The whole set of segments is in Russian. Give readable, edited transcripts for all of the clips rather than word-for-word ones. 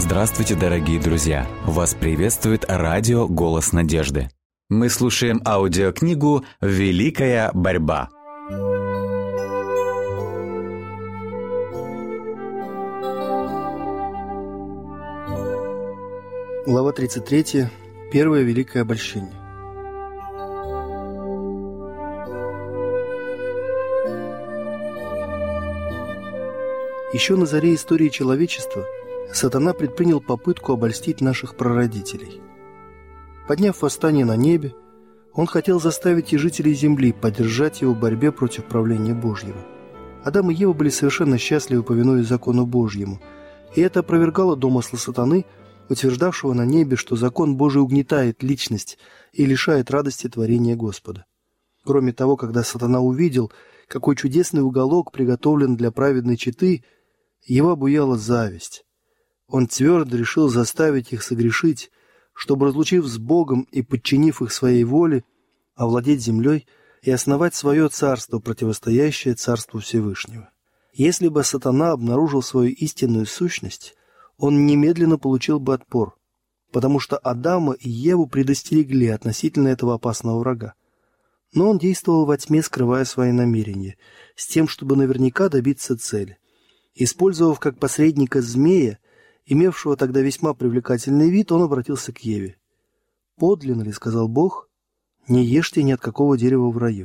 Здравствуйте, дорогие друзья! Вас приветствует радио «Голос надежды». Мы слушаем аудиокнигу «Великая борьба». Глава 33. Первое великое обольщение. Еще на заре истории человечества сатана предпринял попытку обольстить наших прародителей. Подняв восстание на небе, он хотел заставить и жителей земли поддержать его в борьбе против правления Божьего. Адам и Ева были совершенно счастливы, повинуясь закону Божьему, и это опровергало домыслы сатаны, утверждавшего на небе, что закон Божий угнетает личность и лишает радости творения Господа. Кроме того, когда сатана увидел, какой чудесный уголок приготовлен для праведной четы, его обуяла зависть. Он твердо решил заставить их согрешить, чтобы, разлучив с Богом и подчинив их своей воле, овладеть землей и основать свое царство, противостоящее царству Всевышнего. Если бы сатана обнаружил свою истинную сущность, он немедленно получил бы отпор, потому что Адама и Еву предостерегли относительно этого опасного врага. Но он действовал во тьме, скрывая свои намерения, с тем, чтобы наверняка добиться цели. Использовав как посредника змея, имевшего тогда весьма привлекательный вид, он обратился к Еве. «Подлинно ли, — сказал Бог, — не ешьте ни от какого дерева в раю».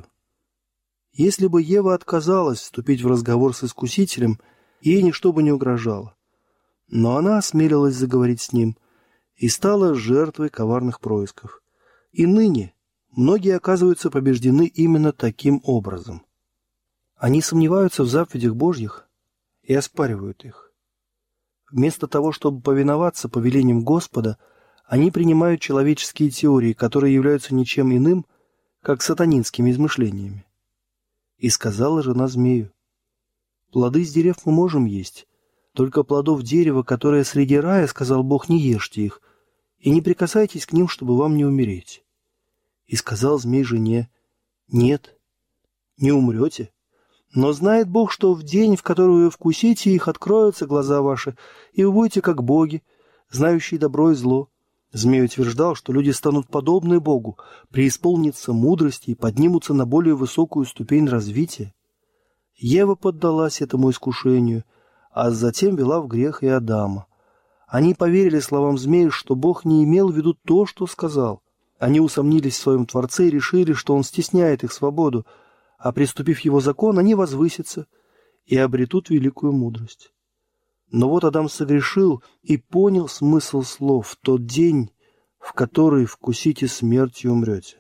Если бы Ева отказалась вступить в разговор с искусителем, ей ничто бы не угрожало. Но она осмелилась заговорить с ним и стала жертвой коварных происков. И ныне многие оказываются побеждены именно таким образом. Они сомневаются в заповедях Божьих и оспаривают их. Вместо того, чтобы повиноваться повелениям Господа, они принимают человеческие теории, которые являются ничем иным, как сатанинскими измышлениями. И сказала жена змею: «Плоды с дерев мы можем есть, только плодов дерева, которое среди рая, — сказал Бог, — не ешьте их, и не прикасайтесь к ним, чтобы вам не умереть». И сказал змей жене: «Нет, не умрете. Но знает Бог, что в день, в который вы вкусите их, откроются глаза ваши, и вы будете как боги, знающие добро и зло». Змей утверждал, что люди станут подобны Богу, преисполнятся мудрости и поднимутся на более высокую ступень развития. Ева поддалась этому искушению, а затем вела в грех и Адама. Они поверили словам змея, что Бог не имел в виду то, что сказал. Они усомнились в своем Творце и решили, что Он стесняет их свободу, а приступив его закон, они возвысятся и обретут великую мудрость. Но вот Адам согрешил и понял смысл слов: «В тот день, в который вкусите смерть и умрете».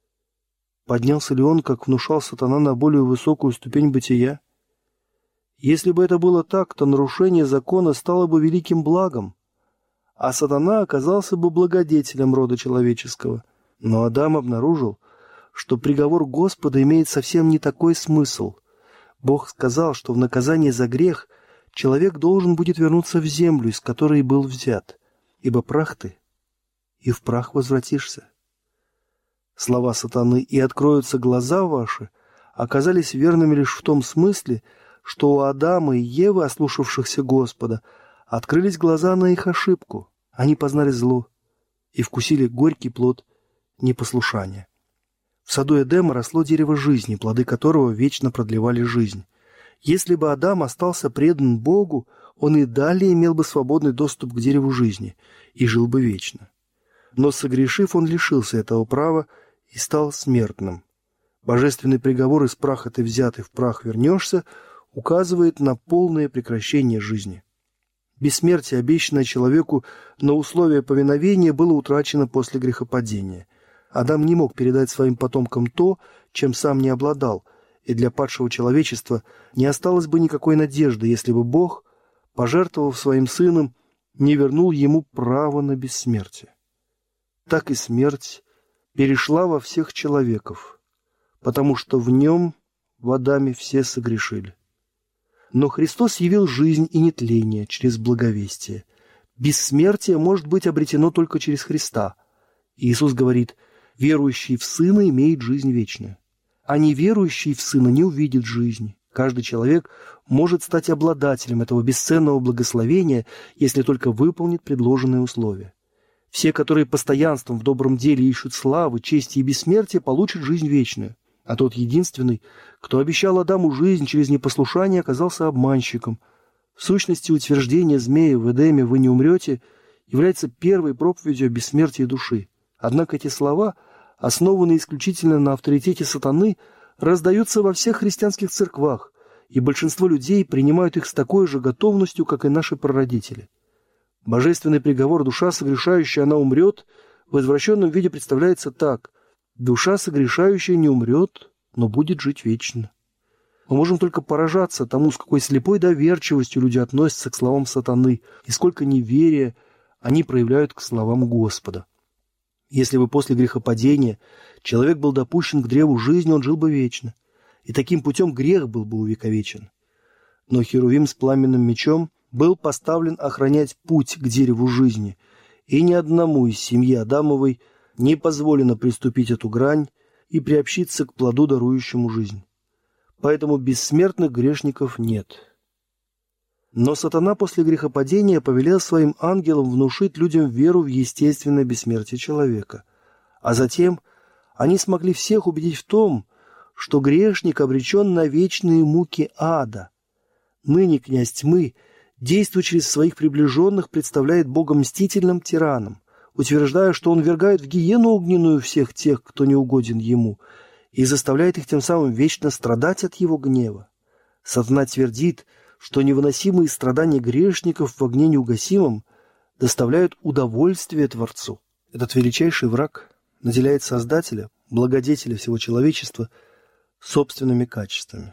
Поднялся ли он, как внушал сатана, на более высокую ступень бытия? Если бы это было так, то нарушение закона стало бы великим благом, а сатана оказался бы благодетелем рода человеческого. Но Адам обнаружил, что приговор Господа имеет совсем не такой смысл. Бог сказал, что в наказание за грех человек должен будет вернуться в землю, из которой был взят, ибо прах ты, и в прах возвратишься. Слова сатаны «и откроются глаза ваши» оказались верными лишь в том смысле, что у Адама и Евы, ослушавшихся Господа, открылись глаза на их ошибку. Они познали зло и вкусили горький плод непослушания. В саду Эдема росло дерево жизни, плоды которого вечно продлевали жизнь. Если бы Адам остался предан Богу, он и далее имел бы свободный доступ к дереву жизни и жил бы вечно. Но, согрешив, он лишился этого права и стал смертным. Божественный приговор: «Из праха ты взят, и в прах вернешься», указывает на полное прекращение жизни. Бессмертие, обещанное человеку на условия повиновения, было утрачено после грехопадения. Адам не мог передать своим потомкам то, чем сам не обладал, и для падшего человечества не осталось бы никакой надежды, если бы Бог, пожертвовав своим сыном, не вернул ему право на бессмертие. Так и смерть перешла во всех человеков, потому что в нем, в Адаме, все согрешили. Но Христос явил жизнь и нетление через благовестие. Бессмертие может быть обретено только через Христа. И Иисус говорит: «Верующий в Сына имеет жизнь вечную, а неверующий в Сына не увидит жизни, Каждый человек может стать обладателем этого бесценного благословения, если только выполнит предложенные условия. Все, которые постоянством в добром деле ищут славы, чести и бессмертия, получат жизнь вечную. А тот единственный, кто обещал Адаму жизнь через непослушание, оказался обманщиком. В сущности, утверждение змея в Эдеме «вы не умрете» является первой проповедью о бессмертии души. Однако эти слова, основанные исключительно на авторитете сатаны, раздаются во всех христианских церквах, и большинство людей принимают их с такой же готовностью, как и наши прародители. Божественный приговор «душа согрешающая, она умрет» в извращенном виде представляется так: душа согрешающая не умрет, но будет жить вечно. Мы можем только поражаться тому, с какой слепой доверчивостью люди относятся к словам сатаны, и сколько неверия они проявляют к словам Господа. Если бы после грехопадения человек был допущен к древу жизни, он жил бы вечно, и таким путем грех был бы увековечен. Но Херувим с пламенным мечом был поставлен охранять путь к дереву жизни, и ни одному из семьи Адамовой не позволено приступить эту грань и приобщиться к плоду, дарующему жизнь. Поэтому бессмертных грешников нет. Но сатана после грехопадения повелел своим ангелам внушить людям веру в естественное бессмертие человека. А затем они смогли всех убедить в том, что грешник обречен на вечные муки ада. Ныне князь тьмы, действуя через своих приближенных, представляет Бога мстительным тираном, утверждая, что он ввергает в гиену огненную всех тех, кто не угоден ему, и заставляет их тем самым вечно страдать от его гнева. Сатана твердит, что невыносимые страдания грешников в огне неугасимом доставляют удовольствие Творцу. Этот величайший враг наделяет Создателя, благодетеля всего человечества, собственными качествами.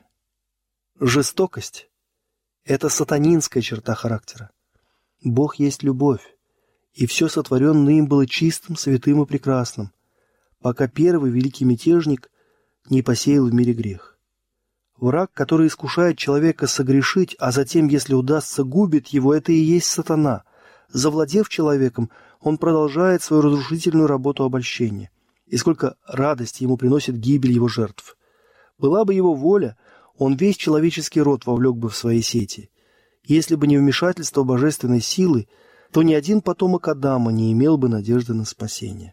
Жестокость – это сатанинская черта характера. Бог есть любовь, и все сотворенное им было чистым, святым и прекрасным, пока первый великий мятежник не посеял в мире грех. Враг, который искушает человека согрешить, а затем, если удастся, губит его, это и есть сатана. Завладев человеком, он продолжает свою разрушительную работу обольщения. И сколько радости ему приносит гибель его жертв. Была бы его воля, он весь человеческий род вовлек бы в свои сети. Если бы не вмешательство божественной силы, то ни один потомок Адама не имел бы надежды на спасение.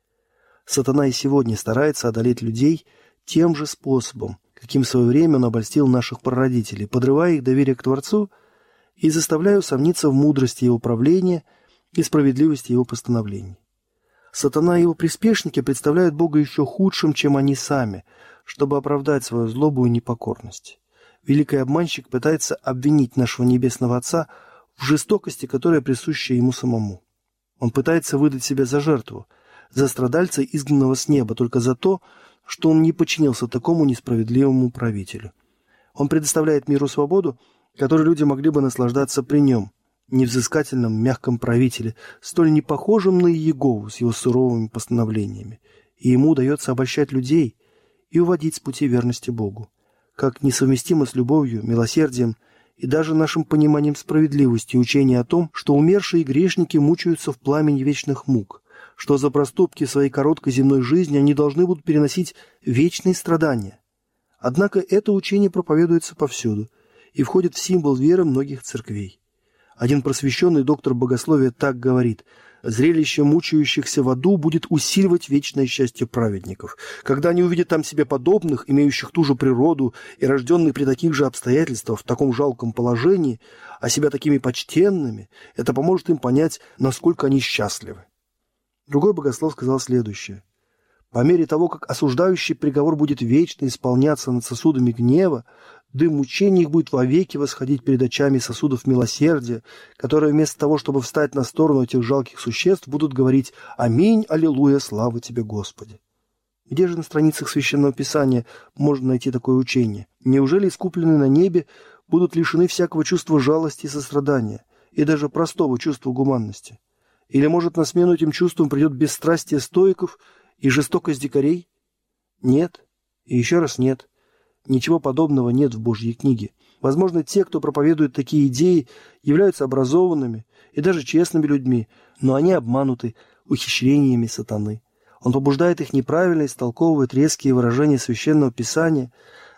Сатана и сегодня старается одолеть людей тем же способом, каким в свое время он обольстил наших прародителей, подрывая их доверие к Творцу и заставляя усомниться в мудрости его правления и справедливости его постановлений. Сатана и его приспешники представляют Бога еще худшим, чем они сами, чтобы оправдать свою злобу и непокорность. Великий обманщик пытается обвинить нашего Небесного Отца в жестокости, которая присуща ему самому. Он пытается выдать себя за жертву, за страдальца, изгнанного с неба, только за то, что он не подчинился такому несправедливому правителю. Он предоставляет миру свободу, которой люди могли бы наслаждаться при нем, невзыскательном, мягком правителе, столь не похожем на Иегову с его суровыми постановлениями, и ему удается обольщать людей и уводить с пути верности Богу, как несовместимо с любовью, милосердием и даже нашим пониманием справедливости учения о том, что умершие грешники мучаются в пламени вечных мук, что за проступки своей короткой земной жизни они должны будут переносить вечные страдания. Однако это учение проповедуется повсюду и входит в символ веры многих церквей. Один просвещенный доктор богословия так говорит: «Зрелище мучающихся в аду будет усиливать вечное счастье праведников. Когда они увидят там себе подобных, имеющих ту же природу и рожденных при таких же обстоятельствах, в таком жалком положении, а себя такими почтенными, это поможет им понять, насколько они счастливы». Другой богослов сказал следующее: «По мере того, как осуждающий приговор будет вечно исполняться над сосудами гнева, дым мучений их будет вовеки восходить перед очами сосудов милосердия, которые вместо того, чтобы встать на сторону этих жалких существ, будут говорить: „Аминь, аллилуйя, слава тебе, Господи“». Где же на страницах Священного Писания можно найти такое учение? Неужели искупленные на небе будут лишены всякого чувства жалости и сострадания, и даже простого чувства гуманности? Или, может, на смену этим чувствам придет бесстрастие стоиков и жестокость дикарей? Нет. И еще раз нет. Ничего подобного нет в Божьей книге. Возможно, те, кто проповедует такие идеи, являются образованными и даже честными людьми, но они обмануты ухищрениями сатаны. Он побуждает их неправильно истолковывать резкие выражения Священного Писания,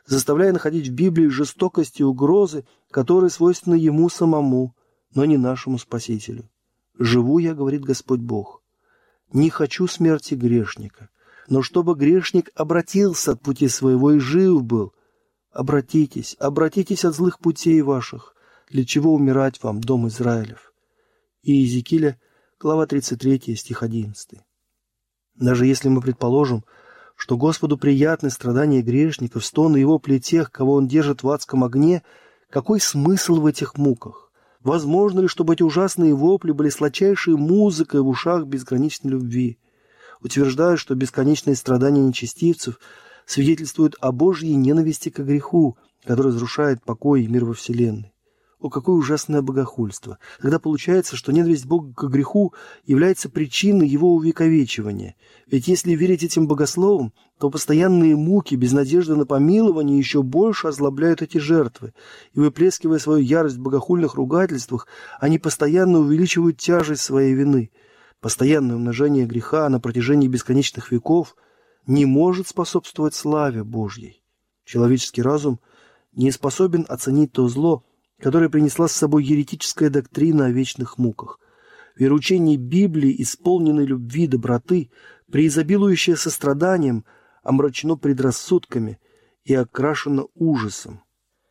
заставляя находить в Библии жестокость и угрозы, которые свойственны ему самому, но не нашему Спасителю. «Живу я, — говорит Господь Бог, — не хочу смерти грешника, но чтобы грешник обратился от пути своего и жив был. Обратитесь, обратитесь от злых путей ваших, для чего умирать вам, дом Израилев». И Иезекииля, глава 33, стих 11. Даже если мы предположим, что Господу приятны страдания грешников, стоны его плетех, кого он держит в адском огне, какой смысл в этих муках? Возможно ли, чтобы эти ужасные вопли были сладчайшей музыкой в ушах безграничной любви? Утверждают, что бесконечные страдания нечестивцев свидетельствуют о Божьей ненависти к греху, который разрушает покой и мир во Вселенной. О, какое ужасное богохульство! Тогда получается, что ненависть Бога к греху является причиной его увековечивания. Ведь если верить этим богословам, то постоянные муки без надежды на помилование еще больше озлобляют эти жертвы, и, выплескивая свою ярость в богохульных ругательствах, они постоянно увеличивают тяжесть своей вины. Постоянное умножение греха на протяжении бесконечных веков не может способствовать славе Божьей. Человеческий разум не способен оценить то зло, которое принесла с собой еретическая доктрина о вечных муках. Вероучение Библии, исполненной любви и доброты, преизобилующее состраданием, омрачено предрассудками и окрашено ужасом.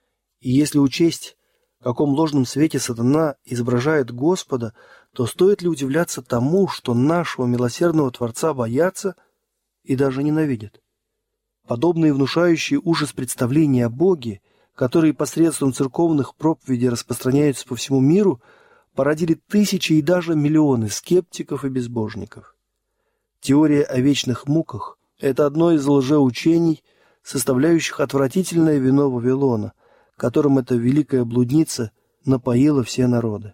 И если учесть, в каком ложном свете сатана изображает Господа, то стоит ли удивляться тому, что нашего милосердного Творца боятся и даже ненавидят? Подобные внушающие ужас представления о Боге, которые посредством церковных проповедей распространяются по всему миру, породили тысячи и даже миллионы скептиков и безбожников. Теория о вечных муках – это одно из лжеучений, составляющих отвратительное вино Вавилона, которым эта великая блудница напоила все народы.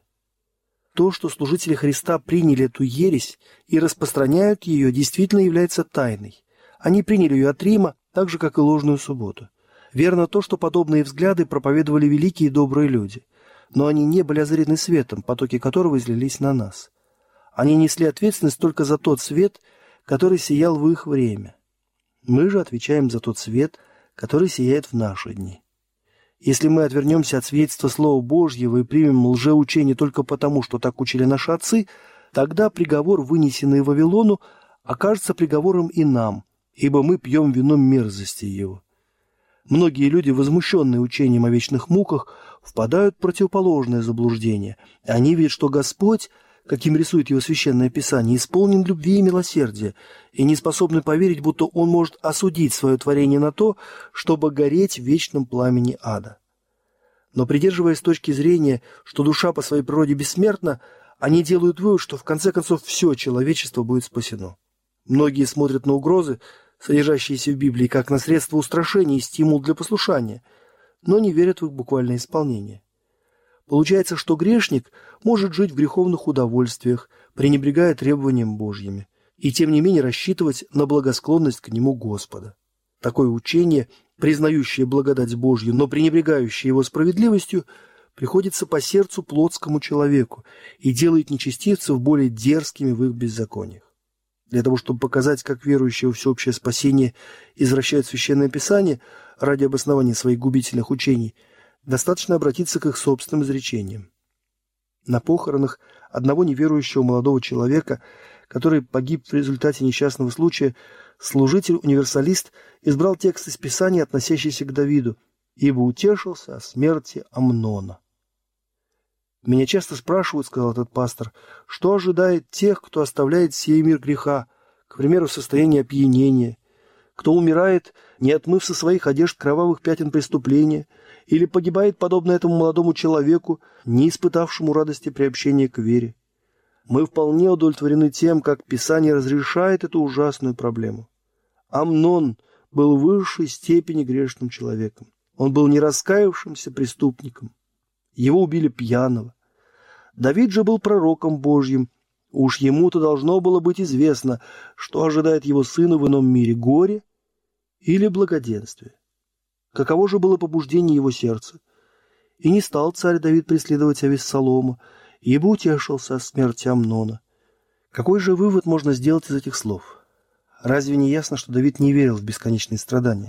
То, что служители Христа приняли эту ересь и распространяют ее, действительно является тайной. Они приняли ее от Рима, так же, как и ложную субботу. Верно то, что подобные взгляды проповедовали великие и добрые люди, но они не были озарены светом, потоки которого излились на нас. Они несли ответственность только за тот свет, который сиял в их время. Мы же отвечаем за тот свет, который сияет в наши дни. Если мы отвернемся от свидетельства Слова Божьего и примем лжеучение только потому, что так учили наши отцы, тогда приговор, вынесенный Вавилону, окажется приговором и нам, ибо мы пьем вино мерзости его. Многие люди, возмущенные учением о вечных муках, впадают в противоположное заблуждение. Они видят, что Господь, каким рисует его Священное Писание, исполнен любви и милосердия, и не способны поверить, будто он может осудить свое творение на то, чтобы гореть в вечном пламени ада. Но придерживаясь точки зрения, что душа по своей природе бессмертна, они делают вывод, что в конце концов все человечество будет спасено. Многие смотрят на угрозы, содержащиеся в Библии, как на средство устрашения и стимул для послушания, но не верят в их буквальное исполнение. Получается, что грешник может жить в греховных удовольствиях, пренебрегая требованиям Божьими, и тем не менее рассчитывать на благосклонность к нему Господа. Такое учение, признающее благодать Божью, но пренебрегающее его справедливостью, приходится по сердцу плотскому человеку и делает нечестивцев более дерзкими в их беззакониях. Для того, чтобы показать, как верующие во всеобщее спасение извращают Священное Писание ради обоснования своих губительных учений, достаточно обратиться к их собственным изречениям. На похоронах одного неверующего молодого человека, который погиб в результате несчастного случая, служитель-универсалист избрал текст из Писания, относящийся к Давиду, «Ибо утешился о смерти Амнона». «Меня часто спрашивают, — сказал этот пастор, — что ожидает тех, кто оставляет сей мир греха, к примеру, в состоянии опьянения, кто умирает, не отмыв со своих одежд кровавых пятен преступления, или погибает, подобно этому молодому человеку, не испытавшему радости приобщения к вере. Мы вполне удовлетворены тем, как Писание разрешает эту ужасную проблему. Амнон был в высшей степени грешным человеком. Он был нераскаявшимся преступником. Его убили пьяного. Давид же был пророком Божьим. Уж ему-то должно было быть известно, что ожидает его сына в ином мире: горе или благоденствие. Каково же было побуждение его сердца? И не стал царь Давид преследовать Авессалома, ибо утешился о смерти Амнона. Какой же вывод можно сделать из этих слов? Разве не ясно, что Давид не верил в бесконечные страдания?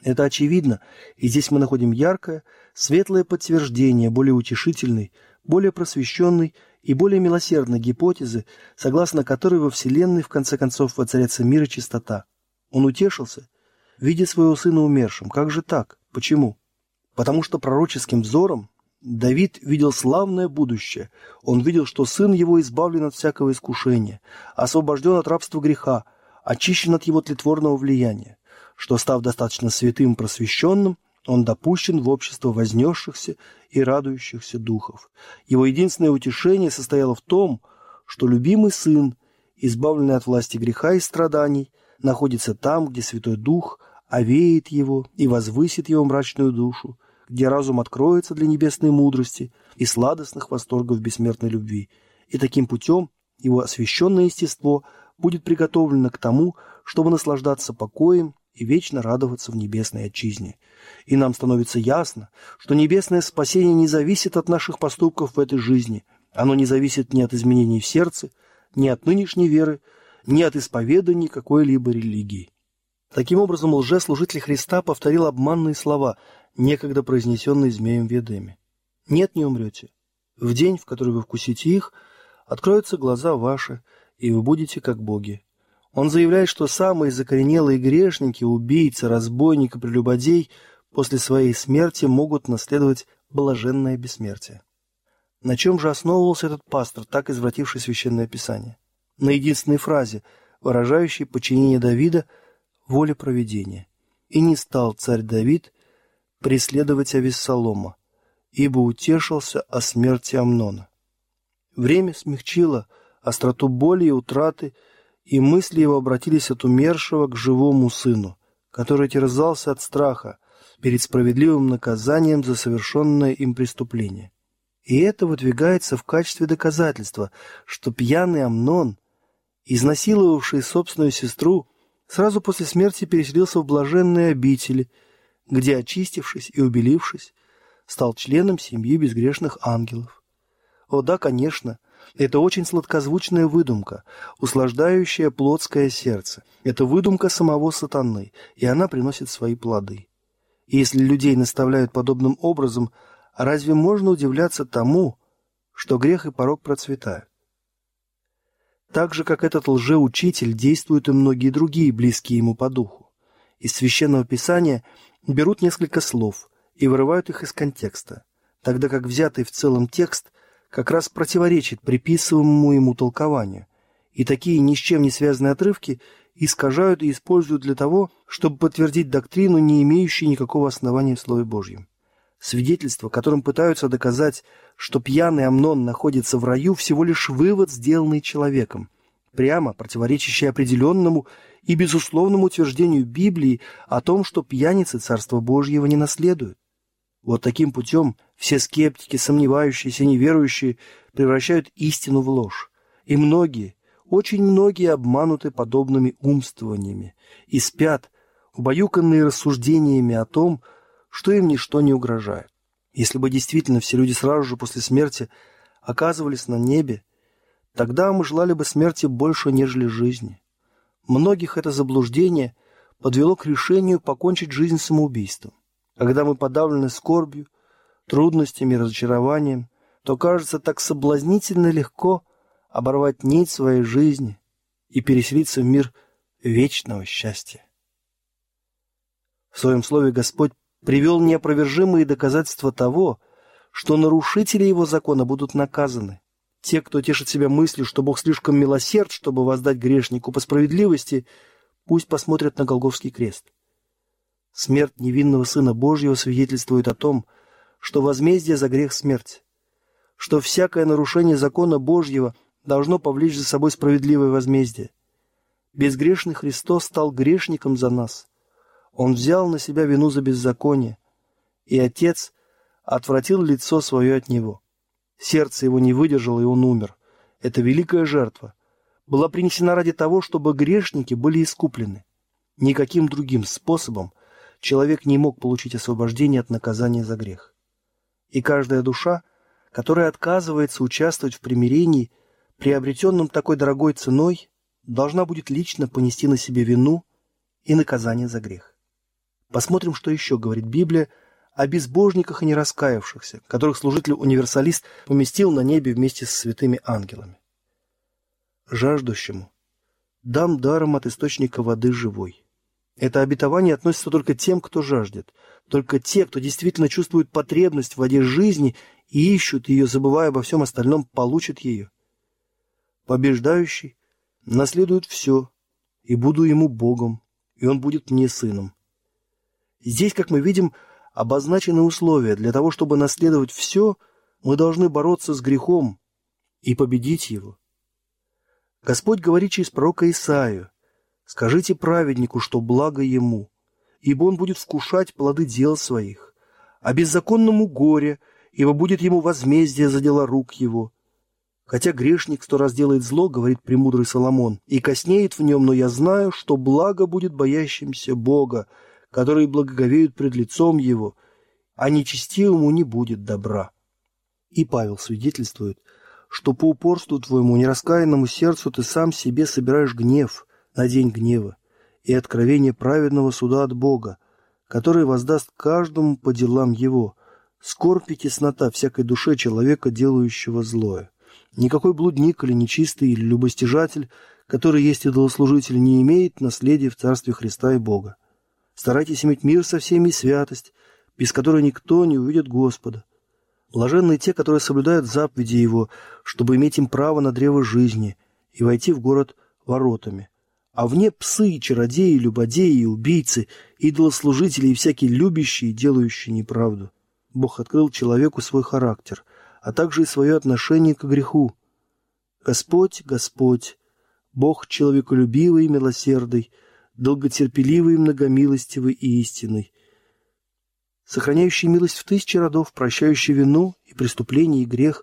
Это очевидно, и здесь мы находим яркое, светлое подтверждение более утешительной, более просвещенной и более милосердной гипотезы, согласно которой во Вселенной в конце концов воцарятся мир и чистота. Он утешился, видя своего сына умершим. Как же так? Почему? Потому что пророческим взором Давид видел славное будущее. Он видел, что сын его избавлен от всякого искушения, освобожден от рабства греха, очищен от его тлетворного влияния, что, став достаточно святым и просвещенным, он допущен в общество вознесшихся и радующихся духов. Его единственное утешение состояло в том, что любимый сын, избавленный от власти греха и страданий, находится там, где Святой Дух овеет его и возвысит его мрачную душу, где разум откроется для небесной мудрости и сладостных восторгов бессмертной любви, и таким путем его освященное естество будет приготовлено к тому, чтобы наслаждаться покоем и вечно радоваться в небесной отчизне. И нам становится ясно, что небесное спасение не зависит от наших поступков в этой жизни, оно не зависит ни от изменений в сердце, ни от нынешней веры, ни от исповедания какой-либо религии. Таким образом, лжеслужитель Христа повторил обманные слова, некогда произнесенные змеем в Едеме. «Нет, не умрете. В день, в который вы вкусите их, откроются глаза ваши, и вы будете как боги». Он заявляет, что самые закоренелые грешники, убийцы, разбойник и прелюбодей после своей смерти могут наследовать блаженное бессмертие. На чем же основывался этот пастор, так извративший Священное Писание? На единственной фразе, выражающей подчинение Давида воле провидения. «И не стал царь Давид преследовать Авессалома, ибо утешился о смерти Амнона». Время смягчило остроту боли и утраты, и мысли его обратились от умершего к живому сыну, который терзался от страха перед справедливым наказанием за совершенное им преступление. И это выдвигается в качестве доказательства, что пьяный Амнон, изнасиловавший собственную сестру, сразу после смерти переселился в блаженные обители, где, очистившись и убелившись, стал членом семьи безгрешных ангелов. О да, конечно, это очень сладкозвучная выдумка, услаждающая плотское сердце. Это выдумка самого сатаны, и она приносит свои плоды. И если людей наставляют подобным образом, разве можно удивляться тому, что грех и порок процветают? Так же, как этот лжеучитель, действуют и многие другие, близкие ему по духу. Из Священного Писания берут несколько слов и вырывают их из контекста, тогда как взятый в целом текст как раз противоречит приписываемому ему толкованию, и такие ни с чем не связанные отрывки искажают и используют для того, чтобы подтвердить доктрину, не имеющую никакого основания в Слове Божьем. Свидетельство, которым пытаются доказать, что пьяный Амнон находится в раю, всего лишь вывод, сделанный человеком, прямо противоречащий определенному и безусловному утверждению Библии о том, что пьяницы Царства Божьего не наследуют. Вот таким путем все скептики, сомневающиеся, неверующие превращают истину в ложь. И многие, очень многие обмануты подобными умствованиями и спят, убаюканные рассуждениями о том, что им ничто не угрожает. Если бы действительно все люди сразу же после смерти оказывались на небе, тогда мы желали бы смерти больше, нежели жизни. Многих это заблуждение подвело к решению покончить жизнь самоубийством. Когда мы подавлены скорбью, трудностями, разочарованием, то кажется так соблазнительно легко оборвать нить своей жизни и переселиться в мир вечного счастья. В своем слове Господь привел неопровержимые доказательства того, что нарушители его закона будут наказаны. Те, кто тешит себя мыслью, что Бог слишком милосерд, чтобы воздать грешнику по справедливости, пусть посмотрят на Голгофский крест. Смерть невинного Сына Божьего свидетельствует о том, что возмездие за грех — смерть, что всякое нарушение закона Божьего должно повлечь за собой справедливое возмездие. Безгрешный Христос стал грешником за нас. Он взял на себя вину за беззаконие, и Отец отвратил лицо свое от Него. Сердце его не выдержало, и он умер. Эта великая жертва была принесена ради того, чтобы грешники были искуплены. Никаким другим способом человек не мог получить освобождение от наказания за грех. И каждая душа, которая отказывается участвовать в примирении, приобретенном такой дорогой ценой, должна будет лично понести на себе вину и наказание за грех. Посмотрим, что еще говорит Библия о безбожниках и нераскаявшихся, которых служитель-универсалист поместил на небе вместе со святыми ангелами. Жаждущему дам даром от источника воды живой. Это обетование относится только тем, кто жаждет. Только те, кто действительно чувствует потребность в воде жизни и ищут ее, забывая обо всем остальном, получат ее. Побеждающий наследует все, и буду ему Богом, и он будет мне сыном. Здесь, как мы видим, обозначены условия. Для того, чтобы наследовать все, мы должны бороться с грехом и победить его. Господь говорит через пророка Исаию: «Скажите праведнику, что благо ему, ибо он будет вкушать плоды дел своих, а беззаконному горе, ибо будет ему возмездие за дела рук его. Хотя грешник 100 раз делает зло, говорит премудрый Соломон, и коснеет в нем, но я знаю, что благо будет боящимся Бога, которые благоговеют пред лицом его, а нечестивому не будет добра». И Павел свидетельствует, что по упорству твоему, нераскаянному сердцу, ты сам себе собираешь гнев на день гнева и откровение праведного суда от Бога, который воздаст каждому по делам его, скорбь и теснота всякой душе человека, делающего злое. Никакой блудник или нечистый или любостяжатель, который есть идолослужитель, не имеет наследия в Царстве Христа и Бога. Старайтесь иметь мир со всеми и святость, без которой никто не увидит Господа. Блаженны те, которые соблюдают заповеди Его, чтобы иметь им право на древо жизни и войти в город воротами. А вне псы, чародеи, любодеи, убийцы, идолослужители и всякие любящие и делающие неправду. Бог открыл человеку свой характер, а также и свое отношение к греху. Господь, Господь, Бог человеколюбивый и милосердный, долготерпеливый, многомилостивый и истинный, сохраняющий милость в 1000 родов, прощающий вину и преступление и грех.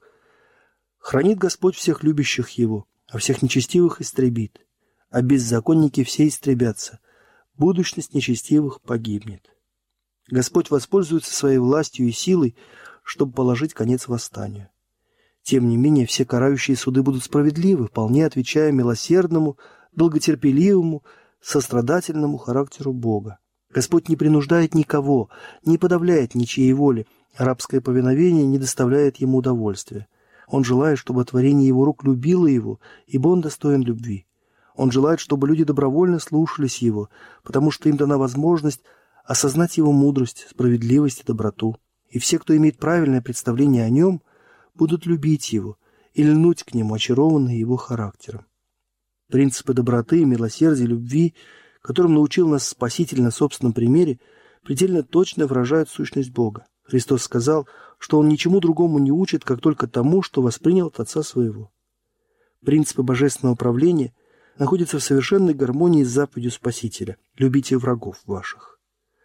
Хранит Господь всех любящих Его, а всех нечестивых истребит, а беззаконники все истребятся, будущность нечестивых погибнет. Господь воспользуется своей властью и силой, чтобы положить конец восстанию. Тем не менее, все карающие суды будут справедливы, вполне отвечая милосердному, долготерпеливому, сострадательному характеру Бога. Господь не принуждает никого, не подавляет ничьей воли, рабское повиновение не доставляет ему удовольствия. Он желает, чтобы творение его рук любило его, ибо он достоин любви. Он желает, чтобы люди добровольно слушались его, потому что им дана возможность осознать его мудрость, справедливость и доброту. И все, кто имеет правильное представление о нем, будут любить его и льнуть к нему, очарованные его характером. Принципы доброты, милосердия, любви, которым научил нас Спаситель на собственном примере, предельно точно выражают сущность Бога. Христос сказал, что Он ничему другому не учит, как только тому, что воспринял от Отца Своего. Принципы божественного правления находятся в совершенной гармонии с заповедью Спасителя «Любите врагов ваших».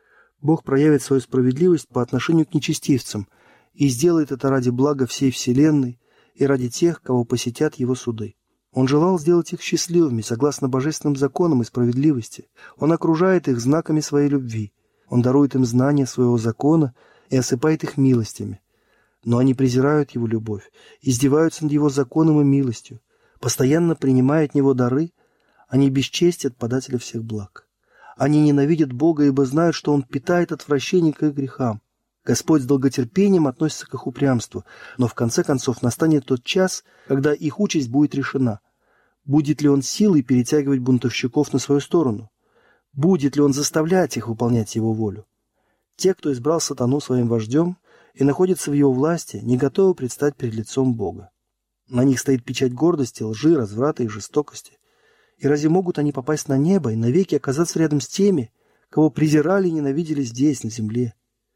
Бог проявит свою справедливость по отношению к нечестивцам и сделает это ради блага всей вселенной и ради тех, кого посетят Его суды. Он желал сделать их счастливыми, согласно божественным законам и справедливости. Он окружает их знаками своей любви. Он дарует им знания своего закона и осыпает их милостями. Но они презирают его любовь, издеваются над его законом и милостью, постоянно принимая от него дары, они бесчестят подателя всех благ. Они ненавидят Бога, ибо знают, что Он питает отвращение к их грехам. Господь с долготерпением относится к их упрямству, но в конце концов настанет тот час, когда их участь будет решена. Будет ли Он силой перетягивать бунтовщиков на свою сторону? Будет ли Он заставлять их выполнять Его волю? Те, кто избрал сатану своим вождем и находится в его власти, не готовы предстать перед лицом Бога. На них стоит печать гордости, лжи, разврата и жестокости. И разве могут они попасть на небо и навеки оказаться рядом с теми, кого презирали и ненавидели здесь, на земле?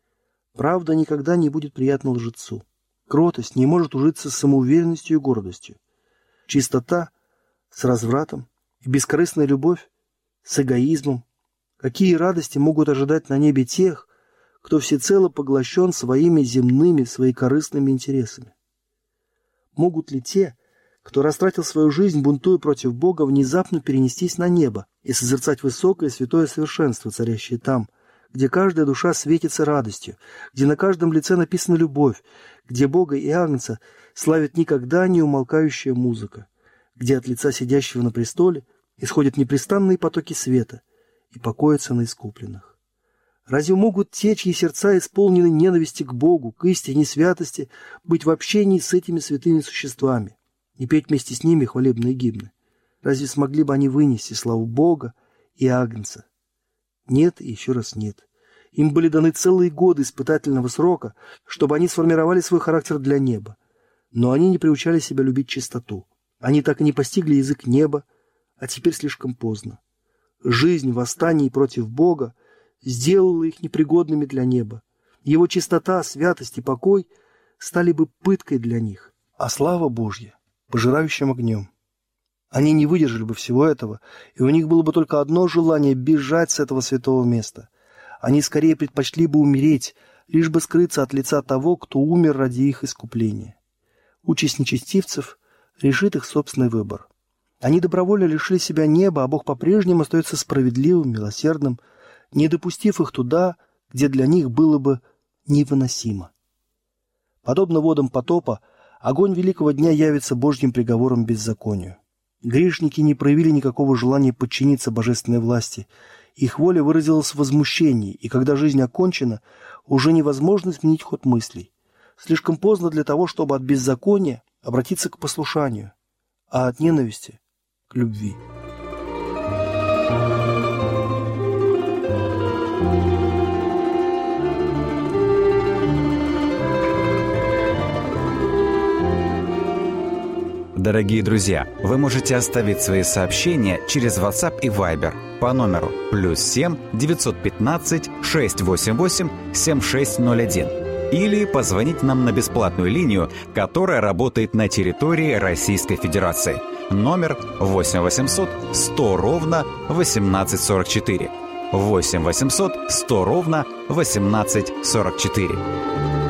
Правда никогда не будет приятна лжецу. Кротость не может ужиться с самоуверенностью и гордостью. Чистота с развратом и бескорыстная любовь с эгоизмом. Какие радости могут ожидать на небе тех, кто всецело поглощен своими земными, своекорыстными интересами? Могут ли те, кто растратил свою жизнь, бунтуя против Бога, внезапно перенестись на небо и созерцать высокое и святое совершенство, царящее там, где каждая душа светится радостью, где на каждом лице написана любовь, где Бога и Агнца славит никогда не умолкающая музыка, где от лица сидящего на престоле исходят непрестанные потоки света и покоятся на искупленных? Разве могут те, чьи сердца исполнены ненависти к Богу, к истине, святости, быть в общении с этими святыми существами и петь вместе с ними хвалебные гимны? Разве смогли бы они вынести славу Бога и Агнца? Нет и еще раз нет. Им были даны целые годы испытательного срока, чтобы они сформировали свой характер для неба. Но они не приучали себя любить чистоту. Они так и не постигли язык неба, а теперь слишком поздно. Жизнь в восстании против Бога сделала их непригодными для неба. Его чистота, святость и покой стали бы пыткой для них, а слава Божья — пожирающим огнем. Они не выдержали бы всего этого, и у них было бы только одно желание — бежать с этого святого места. Они скорее предпочли бы умереть, лишь бы скрыться от лица того, кто умер ради их искупления. Участь нечестивцев решит их собственный выбор. Они добровольно лишили себя неба, а Бог по-прежнему остается справедливым, милосердным, не допустив их туда, где для них было бы невыносимо. Подобно водам потопа, огонь великого дня явится Божьим приговором беззаконию. Грешники не проявили никакого желания подчиниться божественной власти. Их воля выразилась в возмущении, и когда жизнь окончена, уже невозможно изменить ход мыслей. Слишком поздно для того, чтобы от беззакония обратиться к послушанию, а от ненависти — к любви. Дорогие друзья, вы можете оставить свои сообщения через WhatsApp и Viber по номеру +7 915 688 7601 или позвонить нам на бесплатную линию, которая работает на территории Российской Федерации. Номер 8 800 100 ровно 1844. 8 800 100 ровно 1844.